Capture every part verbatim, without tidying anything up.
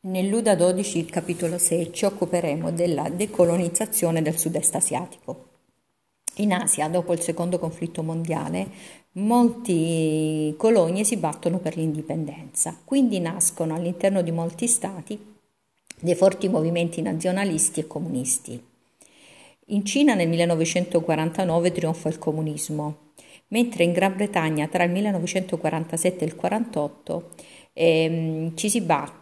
Nell'Uda dodici, il capitolo sei, ci occuperemo della decolonizzazione del sud-est asiatico. In Asia, dopo il secondo conflitto mondiale, molte colonie si battono per l'indipendenza, quindi nascono all'interno di molti stati dei forti movimenti nazionalisti e comunisti. In Cina nel millenovecentoquarantanove trionfa il comunismo, mentre in Gran Bretagna tra il millenovecentoquarantasette e il quarantotto ehm, ci si batte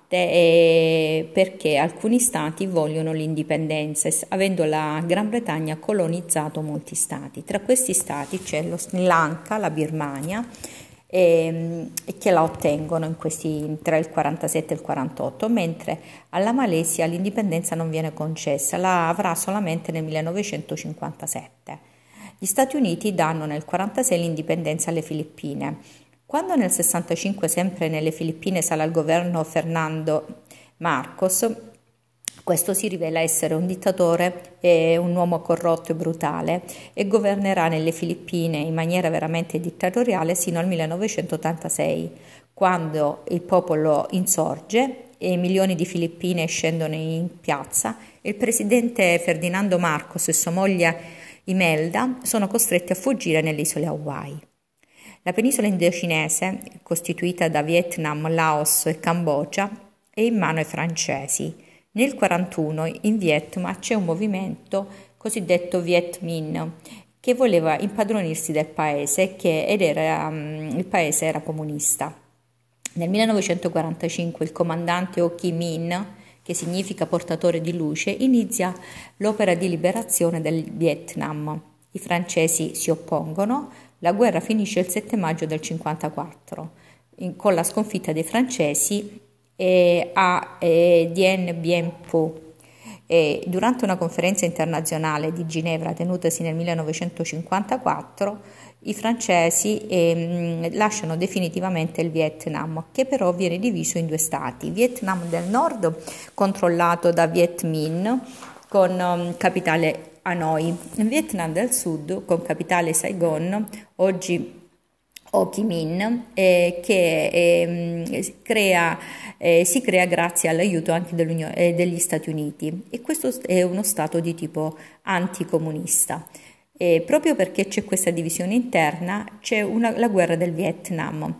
eh, perché alcuni stati vogliono l'indipendenza, avendo la Gran Bretagna colonizzato molti stati. Tra questi stati c'è lo Sri Lanka, la Birmania, ehm, che la ottengono in questi, tra il quarantasette e il quarantotto, mentre alla Malesia l'indipendenza non viene concessa, la avrà solamente nel millenovecentocinquantasette. Gli Stati Uniti danno nel quarantasei l'indipendenza alle Filippine. Quando nel sessantacinque sempre nelle Filippine sale al governo Fernando Marcos, questo si rivela essere un dittatore e un uomo corrotto e brutale e governerà nelle Filippine in maniera veramente dittatoriale sino al millenovecentottantasei, quando il popolo insorge e milioni di filippine scendono in piazza e il presidente Ferdinando Marcos e sua moglie Imelda sono costretti a fuggire nelle isole Hawaii. La penisola indocinese, costituita da Vietnam, Laos e Cambogia, è in mano ai francesi. Nel quarantuno in Vietnam c'è un movimento cosiddetto Viet Minh che voleva impadronirsi del paese che, ed era, um, il paese era comunista. Nel millenovecentoquarantacinque il comandante Ho Chi Minh, che significa portatore di luce, inizia l'opera di liberazione del Vietnam. I francesi si oppongono, la guerra finisce il sette maggio del cinquantaquattro in, con la sconfitta dei francesi eh, a eh, Dien Bien Phu. E durante una conferenza internazionale di Ginevra tenutasi nel millenovecentocinquantaquattro i francesi eh, lasciano definitivamente il Vietnam, che però viene diviso in due stati: Vietnam del Nord controllato da Viet Minh con um, capitale Hanoi, Vietnam del Sud con capitale Saigon, oggi Ho Chi Minh, eh, che eh, crea, eh, si crea grazie all'aiuto anche eh, degli Stati Uniti, e questo è uno stato di tipo anticomunista. E proprio perché c'è questa divisione interna c'è una, la guerra del Vietnam.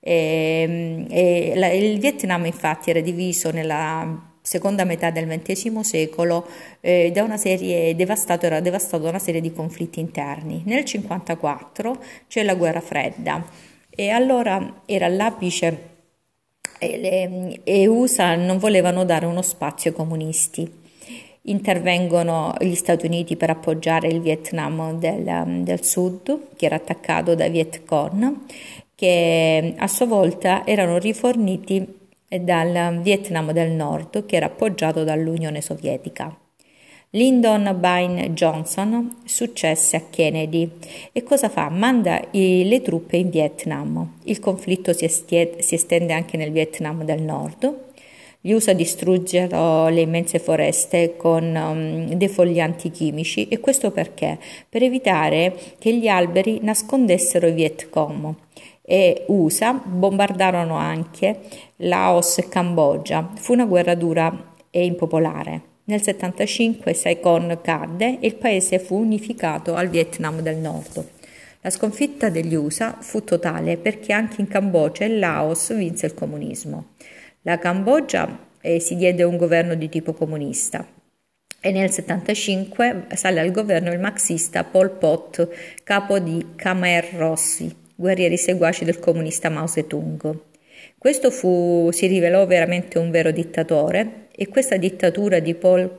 E, e la, il Vietnam infatti era diviso nella seconda metà del ventesimo secolo eh, da una serie devastato, era devastato da una serie di conflitti interni. Nel cinquantaquattro c'è la guerra fredda e allora era all'apice e, le, e U S A non volevano dare uno spazio ai comunisti. Intervengono gli Stati Uniti per appoggiare il Vietnam del, del Sud, che era attaccato da Viet Cong, che a sua volta erano riforniti dal Vietnam del Nord, che era appoggiato dall'Unione Sovietica. Lyndon B. Johnson successe a Kennedy e cosa fa? Manda i, le truppe in Vietnam. Il conflitto si, estie, si estende anche nel Vietnam del Nord. Gli U S A distruggero le immense foreste con um, defolianti chimici, e questo perché? Per evitare che gli alberi nascondessero i Viet Cong. E U S A bombardarono anche Laos e Cambogia. Fu una guerra dura e impopolare. Nel settantacinque Saigon cadde e il paese fu unificato al Vietnam del Nord. La sconfitta degli U S A fu totale perché anche in Cambogia e Laos vinse il comunismo. La Cambogia eh, si diede un governo di tipo comunista e nel settantacinque sale al governo il marxista Pol Pot, capo di Khmer Rossi, guerrieri seguaci del comunista Mao Zedong. Questo fu, si rivelò veramente un vero dittatore, e questa dittatura di Pol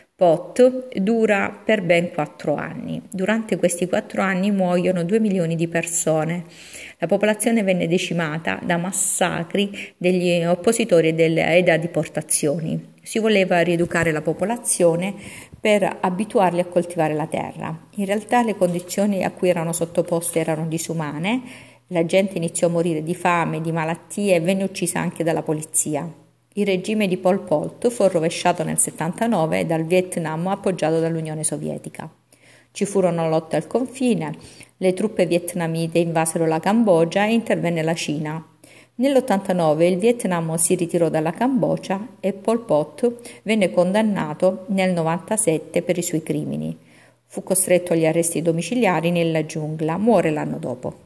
Pot dura per ben quattro anni. Durante questi quattro anni muoiono due milioni di persone. La popolazione venne decimata da massacri degli oppositori e, delle, e da deportazioni. Si voleva rieducare la popolazione per abituarli a coltivare la terra. In realtà le condizioni a cui erano sottoposte erano disumane, la gente iniziò a morire di fame, di malattie e venne uccisa anche dalla polizia. Il regime di Pol Pot fu rovesciato nel settantanove dal Vietnam appoggiato dall'Unione Sovietica. Ci furono lotte al confine, le truppe vietnamite invasero la Cambogia e intervenne la Cina. Nell'ottantanove il Vietnam si ritirò dalla Cambogia e Pol Pot venne condannato nel novantasette per i suoi crimini. Fu costretto agli arresti domiciliari nella giungla, muore l'anno dopo.